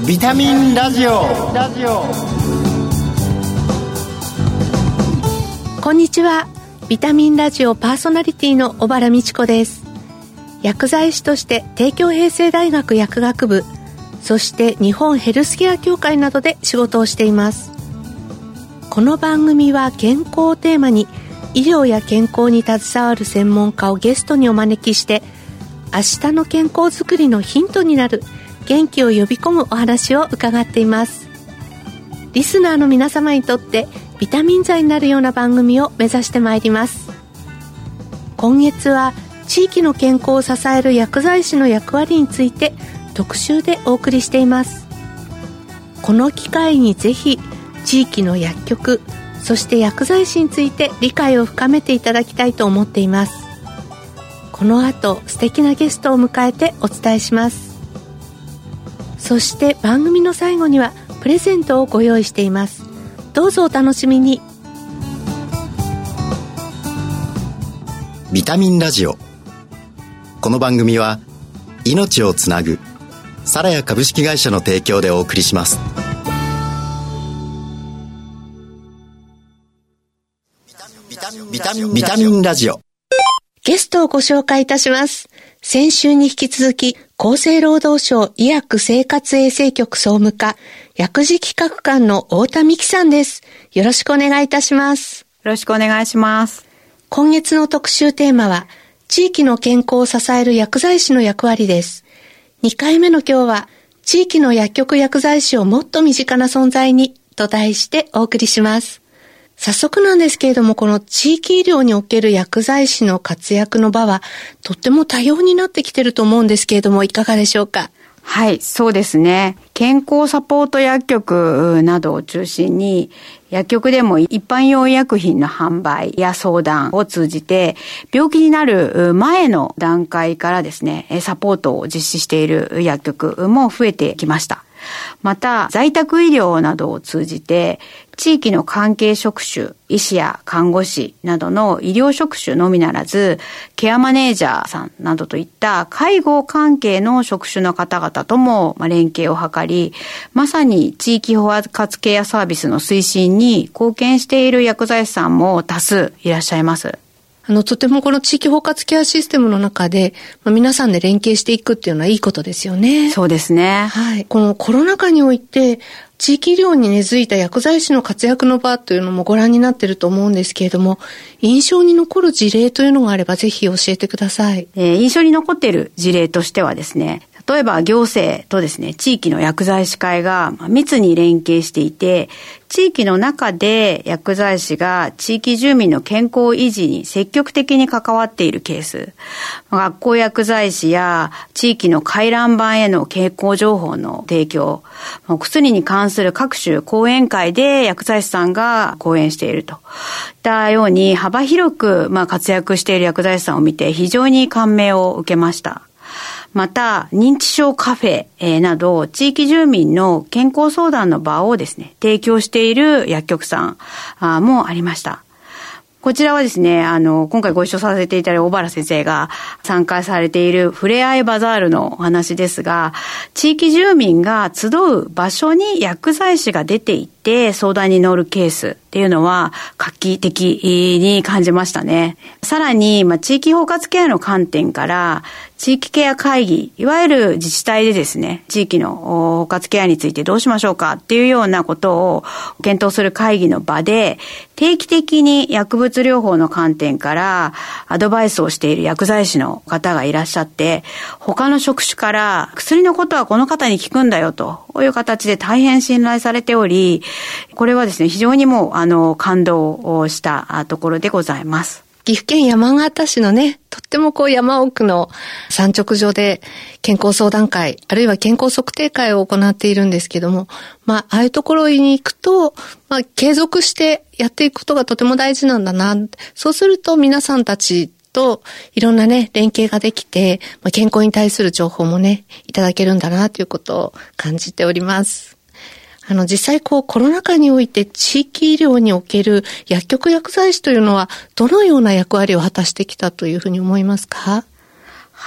ビタミンラジオ。 こんにちは。ビタミンラジオパーソナリティの小原美智子です。薬剤師として帝京平成大学薬学部、そして日本ヘルスケア協会などで仕事をしています。この番組は健康をテーマに、医療や健康に携わる専門家をゲストにお招きして、明日の健康づくりのヒントになる元気を呼び込むお話を伺っています。リスナーの皆様にとってビタミン剤になるような番組を目指してまいります。今月は地域の健康を支える薬剤師の役割について特集でお送りしています。この機会にぜひ地域の薬局、そして薬剤師について理解を深めていただきたいと思っています。この後素敵なゲストを迎えてお伝えします。そして番組の最後にはプレゼントをご用意しています。どうぞお楽しみに。 ビタミンラジオ。この番組は命をつなぐサラヤ株式会社の提供でお送りします。ビタミンラジオ。 ゲストをご紹介いたします。先週に引き続き、厚生労働省医薬生活衛生局総務課薬事企画官の太田美希さんです。よろしくお願いいたします。 よろしくお願いします。 今月の特集テーマは、地域の健康を支える薬剤師の役割です。2回目の今日は、地域の薬局薬剤師をもっと身近な存在にと題してお送りします。早速なんですけれども、この地域医療における薬剤師の活躍の場はとっても多様になってきていると思うんですけれども、いかがでしょうか？ はい、そうですね。健康サポート薬局などを中心に、薬局でも一般用医薬品の販売や相談を通じて、病気になる前の段階からですね、サポートを実施している薬局も増えてきました。また、在宅医療などを通じて、地域の関係職種、医師や看護師などの医療職種のみならず、ケアマネージャーさんなどといった介護関係の職種の方々とも連携を図り、まさに地域包括ケアサービスの推進に貢献している薬剤師さんも多数いらっしゃいます。 とてもこの地域包括ケアシステムの中で、皆さんで連携していくっていうのはいいことですよね。 そうですね。 はい。このコロナ禍において、地域医療に根付いた薬剤師の活躍の場というのもご覧になっていると思うんですけれども、印象に残る事例というのがあればぜひ教えてください。 印象に残っている事例としてはですね、例えば行政とですね、地域の薬剤師会が密に連携していて、地域の中で薬剤師が地域住民の健康維持に積極的に関わっているケース、学校薬剤師や地域の回覧板への健康情報の提供、お薬に関する各種講演会で薬剤師さんが講演しているといったように幅広く活躍している薬剤師さんを見て非常に感銘を受けました。また、認知症カフェなど、地域住民の健康相談の場をですね、提供している薬局さんもありました。こちらはですね、今回ご一緒させていただいた小原先生が参加されているふれあいバザールのお話ですが、地域住民が集う場所に薬剤師が出て行って相談に乗るケースっていうのは画期的に感じましたね。さらに、地域包括ケアの観点から、地域ケア会議、いわゆる自治体でですね、地域の包括ケアについてどうしましょうかっていうようなことを検討する会議の場で、定期的に薬物療法の観点からアドバイスをしている薬剤師の方がいらっしゃって、他の職種から薬のことはこの方に効くんだよという形で大変信頼されており、これはですね、非常にもう感動をしたところでございます。 岐阜県山形市のね、とっても山奥の産直所で健康相談会、あるいは健康測定会を行っているんですけども、ああいうところに行くと、継続してやっていくことがとても大事なんだな。そうすると皆さんたちといろんなね、連携ができて、健康に対する情報もね、いただけるんだなということを感じております。実際コロナ禍において地域医療における薬局薬剤師というのはどのような役割を果たしてきたというふうに思いますか？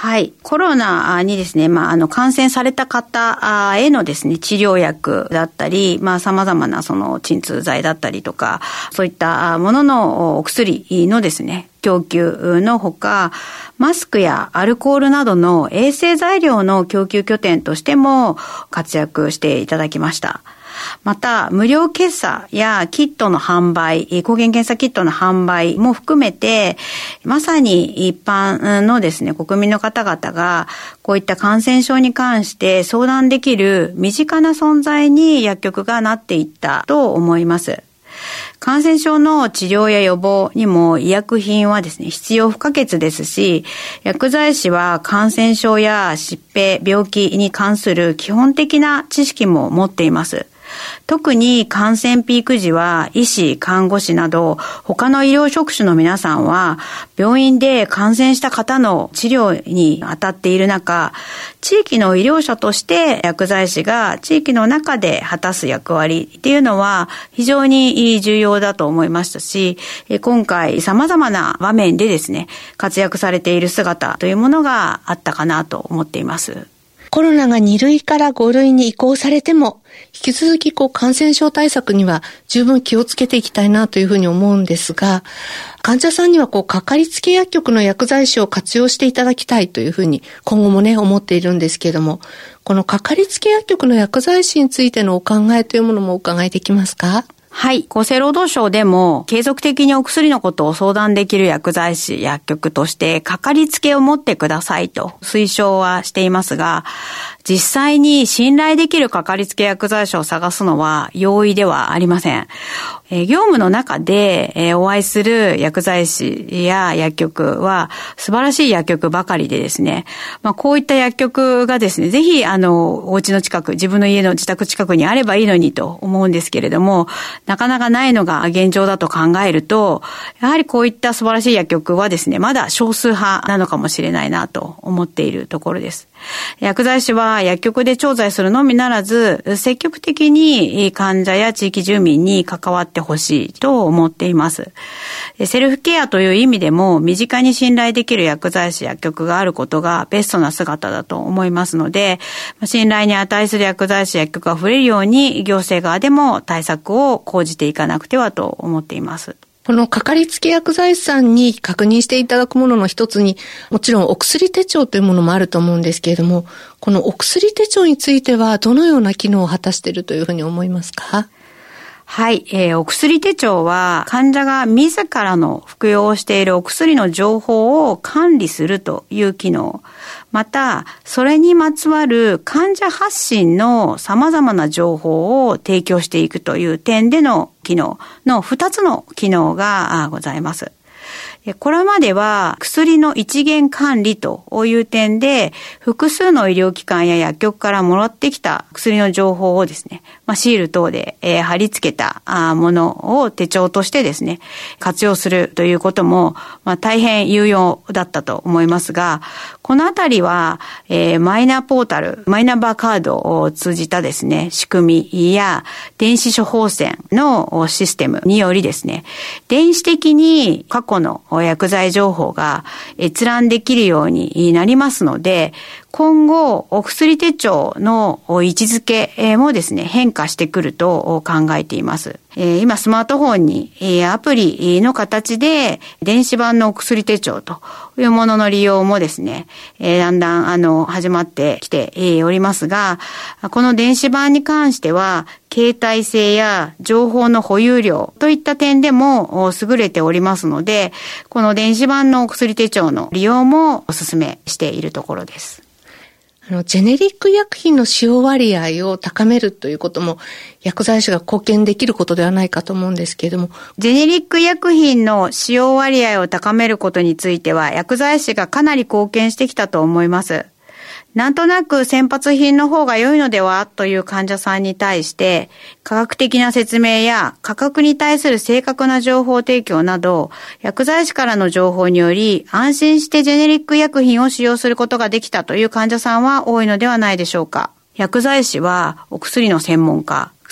はい。コロナにですね、感染された方へのですね、治療薬だったり、様々なその鎮痛剤だったりとか、そういったもののお薬のですね、供給のほか、マスクやアルコールなどの衛生材料の供給拠点としても活躍していただきました。また、無料検査やキットの販売、抗原検査キットの販売も含めて、まさに一般のですね、国民の方々が、こういった感染症に関して相談できる身近な存在に薬局がなっていったと思います。感染症の治療や予防にも医薬品はですね、必要不可欠ですし、薬剤師は感染症や疾病、病気に関する基本的な知識も持っています。特に感染ピーク時は医師、看護師など他の医療職種の皆さんは病院で感染した方の治療に当たっている中、地域の医療者として薬剤師が地域の中で果たす役割っていうのは非常に重要だと思いましたし、今回様々な場面でですね、活躍されている姿というものがあったかなと思っています。 コロナが2類から5類に移行されても、引き続き感染症対策には十分気をつけていきたいなというふうに思うんですが、患者さんにはかかりつけ薬局の薬剤師を活用していただきたいというふうに今後もね、思っているんですけれども、このかかりつけ薬局の薬剤師についてのお考えというものもお伺いできますか？ はい。厚生労働省でも継続的にお薬のことを相談できる薬剤師、薬局としてかかりつけを持ってくださいと推奨はしていますが、実際に信頼できるかかりつけ薬剤師を探すのは容易ではありません。業務の中でお会いする薬剤師や薬局は素晴らしい薬局ばかりでですね、こういった薬局がですね、ぜひお家の近く、自分の家の自宅近くにあればいいのにと思うんですけれども、なかなかないのが現状だと考えると、やはりこういった素晴らしい薬局はですね、まだ少数派なのかもしれないなと思っているところです。薬剤師は薬局で調剤するのみならず、積極的に患者や地域住民に関わってほしいと思っています。セルフケアという意味でも、身近に信頼できる薬剤師薬局があることがベストな姿だと思いますので、信頼に値する薬剤師薬局が増えるように、行政側でも対策を講じていかなくてはと思っています。 このかかりつけ薬剤師さんに確認していただくものの一つに、もちろんお薬手帳というものもあると思うんですけれども、このお薬手帳についてはどのような機能を果たしているというふうに思いますか？ はい、お薬手帳は患者が自らの服用をしているお薬の情報を管理するという機能、またそれにまつわる患者発信の様々な情報を提供していくという点での機能の2つの機能がございます。これまでは薬の一元管理という点で複数の医療機関や薬局からもらってきた薬の情報をですね、シール等で貼り付けたものを手帳としてですね、活用するということも大変有用だったと思いますが、このあたりはマイナポータル、マイナンバーカードを通じたですね、仕組みや電子処方箋のシステムによりですね、電子的に過去の薬剤情報が閲覧できるようになりますので、今後お薬手帳の位置づけもですね、変化してくると考えています。今スマートフォンにアプリの形で電子版のお薬手帳というものの利用もですね、だんだん始まってきておりますが、この電子版に関しては携帯性や情報の保有量といった点でも優れておりますので、この電子版のお薬手帳の利用もお勧めしているところです。 ジェネリック薬品の使用割合を高めるということも薬剤師が貢献できることではないかと思うんですけれども、 ジェネリック薬品の使用割合を高めることについては薬剤師がかなり貢献してきたと思います。なんとなく先発品の方が良いのではという患者さんに対して科学的な説明や価格に対する正確な情報提供など薬剤師からの情報により安心してジェネリック薬品を使用することができたという患者さんは多いのではないでしょうか。薬剤師はお薬の専門家、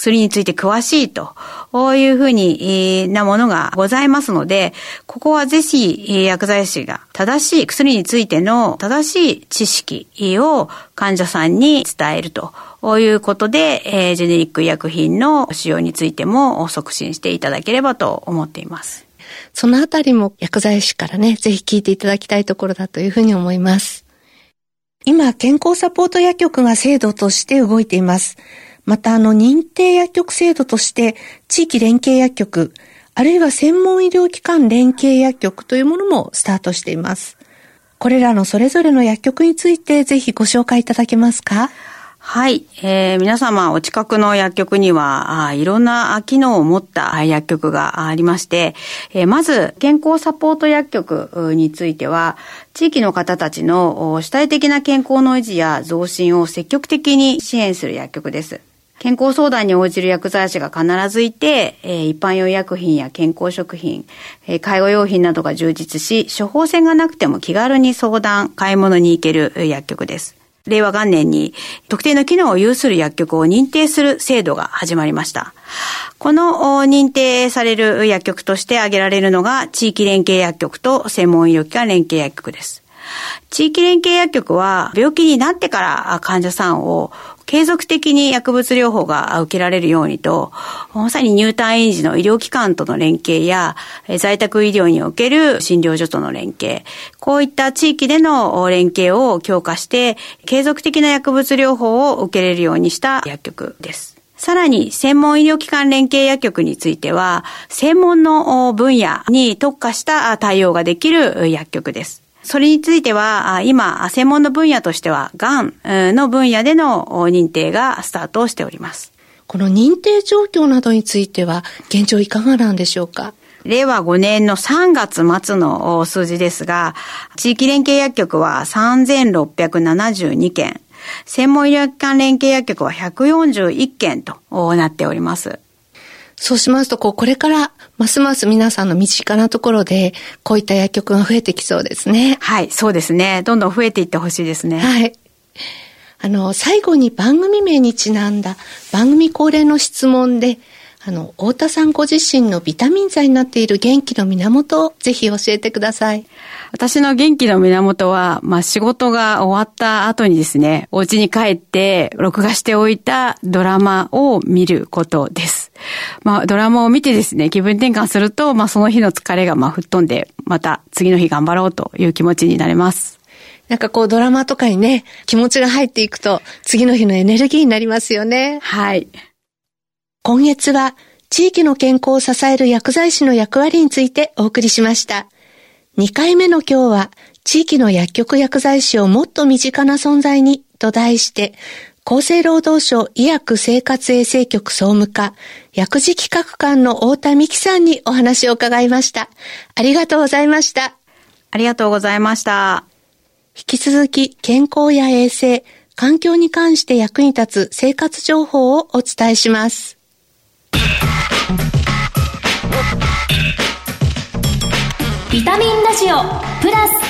薬について詳しいというふうになものがございますので、ここはぜひ薬剤師が正しい薬についての正しい知識を患者さんに伝えるということで、ジェネリック医薬品の使用についても促進していただければと思っています。 そのあたりも薬剤師からね、ぜひ聞いていただきたいところだというふうに思います。今、健康サポート薬局が制度として動いています。また、認定薬局制度として、地域連携薬局、あるいは専門医療機関連携薬局というものもスタートしています。これらのそれぞれの薬局について、ぜひご紹介いただけますか？ はい、皆様お近くの薬局にはいろんな機能を持った薬局がありまして、まず健康サポート薬局については地域の方たちの主体的な健康の維持や増進を積極的に支援する薬局です。健康相談に応じる薬剤師が必ずいて、一般用医薬品や健康食品、介護用品などが充実し、処方箋がなくても気軽に相談、買い物に行ける薬局です。令和元年に特定の機能を有する薬局を認定する制度が始まりました。この認定される薬局として挙げられるのが地域連携薬局と専門医療機関連携薬局です。地域連携薬局は病気になってから患者さんを継続的に薬物療法が受けられるようにと、まさに入退院時の医療機関との連携や在宅医療における診療所との連携、こういった地域での連携を強化して継続的な薬物療法を受けれるようにした薬局です。さらに専門医療機関連携薬局については専門の分野に特化した対応ができる薬局です。それについては今専門の分野としてはがんの分野での認定がスタートしております。 この認定状況などについては現状いかがなんでしょうか？ 令和5年の3月末の数字ですが、地域連携薬局は3672件、専門医療機関連携薬局は141件となっております。 そうしますと、これからますます皆さんの身近なところでこういった薬局が増えてきそうですね。 はい、そうですね。どんどん増えていってほしいですね。 はい。最後に番組名にちなんだ番組恒例の質問で、太田さんご自身のビタミン剤になっている元気の源をぜひ教えてください。 私の元気の源は、仕事が終わった後にですね、お家に帰って録画しておいたドラマを見ることです。ドラマを見てですね、気分転換すると、その日の疲れが吹っ飛んで、また次の日頑張ろうという気持ちになれます。 なんかドラマとかにね、気持ちが入っていくと、次の日のエネルギーになりますよね。 はい。 今月は、地域の健康を支える薬剤師の役割についてお送りしました。2回目の今日は、地域の薬局薬剤師をもっと身近な存在にと題して、厚生労働省医薬生活衛生局総務課薬事企画官の太田美希さんにお話を伺いました。ありがとうございました。 ありがとうございました。 引き続き健康や衛生、環境に関して役に立つ生活情報をお伝えします。 ビタミンラジオプラス。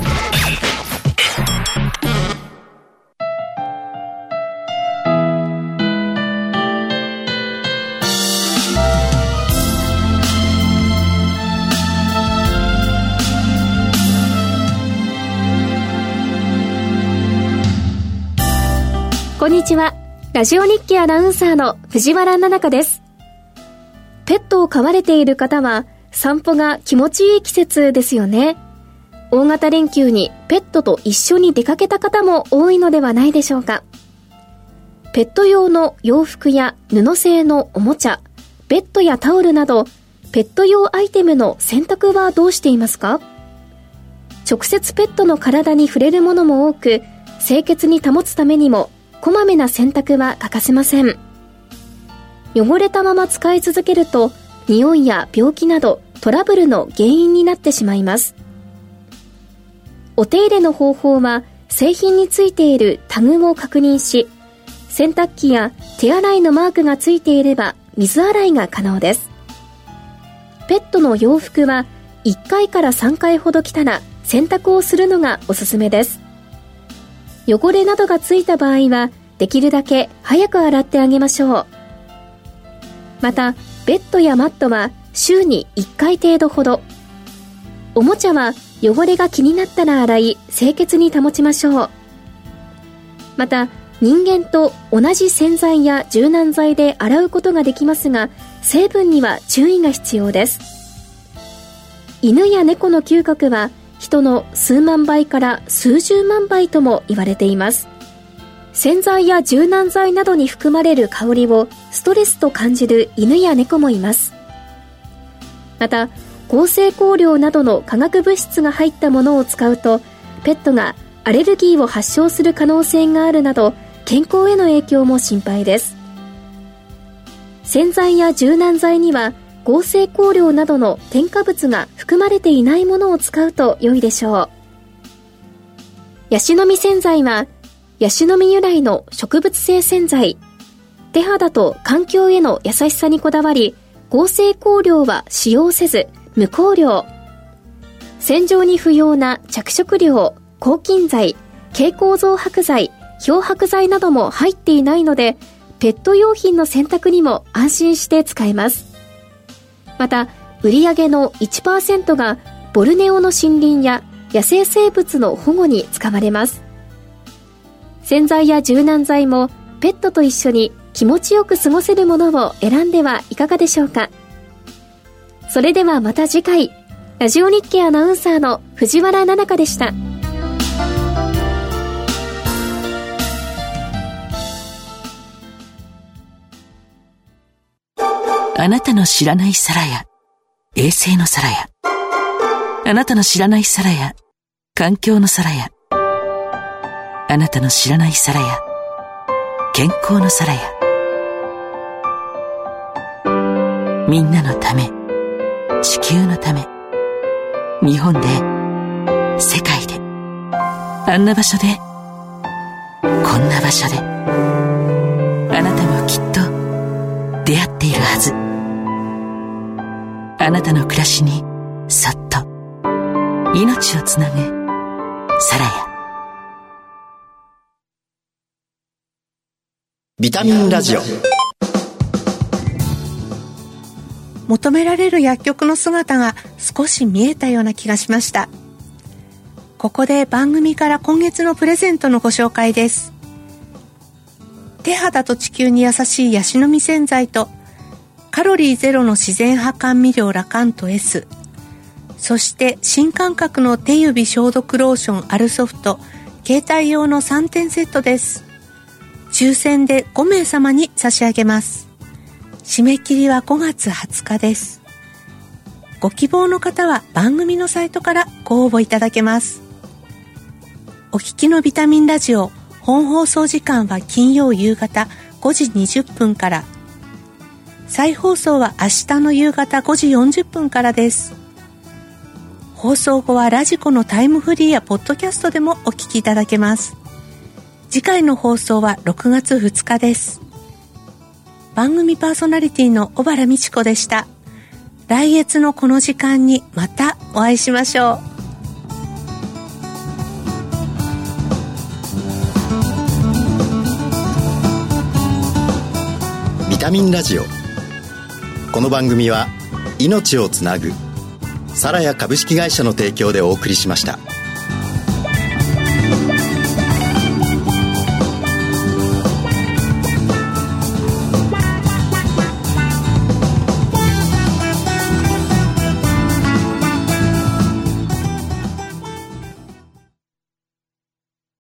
こんにちは。ラジオ日記アナウンサーの藤原奈々香です。ペットを飼われている方は散歩が気持ちいい季節ですよね。大型連休にペットと一緒に出かけた方も多いのではないでしょうか。ペット用の洋服や布製のおもちゃ、ベッドやタオルなどペット用アイテムの選択はどうしていますか？直接ペットの体に触れるものも多く、清潔に保つためにもこまめな洗濯は欠かせません。汚れたまま使い続けると匂いや病気などトラブルの原因になってしまいます。お手入れの方法は製品についているタグを確認し、洗濯機や手洗いのマークがついていれば水洗いが可能です。ペットの洋服は1回から3回ほど着たら洗濯をするのがおすすめです。汚れなどがついた場合はできるだけ早く洗ってあげましょう。 またベッドやマットは週に1回程度ほど。おもちゃは汚れが気になったら洗い、清潔に保ちましょう。また人間と同じ洗剤や柔軟剤で洗うことができますが、成分には注意が必要です。犬や猫の嗅覚は人の数万倍から数十万倍とも言われています。洗剤や柔軟剤などに含まれる香りをストレスと感じる犬や猫もいます。また合成香料などの化学物質が入ったものを使うと、ペットがアレルギーを発症する可能性があるなど、健康への影響も心配です。洗剤や柔軟剤には合成香料などの添加物が含まれていないものを使うと良いでしょう。ヤシの実洗剤はヤシの実由来の植物性洗剤。手肌と環境への優しさにこだわり、合成香料は使用せず無香料。洗浄に不要な着色料、抗菌剤、蛍光増白剤、漂白剤なども入っていないので、ペット用品の洗濯にも安心して使えます。また売上の 1% がボルネオの森林や野生生物の保護に使われます。洗剤や柔軟剤もペットと一緒に気持ちよく過ごせるものを選んではいかがでしょうか。それではまた次回。ラジオ日経アナウンサーの藤原奈々香でした。 あなたの知らない皿や衛生の皿や、あなたの知らない皿や環境の皿や、あなたの知らない皿や健康の皿や、みんなのため、地球のため、日本で、世界で、あんな場所で、こんな場所で、あなたもきっと出会っているはず。あなたの暮らしにそっと命をつなぐサラヤ。 ビタミンラジオ。 求められる薬局の姿が少し見えたような気がしました。ここで番組から今月のプレゼントのご紹介です。手肌と地球に優しいヤシの実洗剤とカロリーゼロの自然派甘味料ラカント S、 そして新感覚の手指消毒ローションアルソフト携帯用の3点セットです。抽選で5名様に差し上げます。締め切りは5月20日です。ご希望の方は番組のサイトからご応募いただけます。お聞きのビタミンラジオ本放送時間は金曜夕方5時20分から、再放送は明日の夕方5時40分からです。放送後はラジコのタイムフリーやポッドキャストでもお聞きいただけます。次回の放送は6月2日です。番組パーソナリティの小原美智子でした。来月のこの時間にまたお会いしましょう。ビタミンラジオ。この番組は命をつなぐサラヤ株式会社の提供でお送りしました。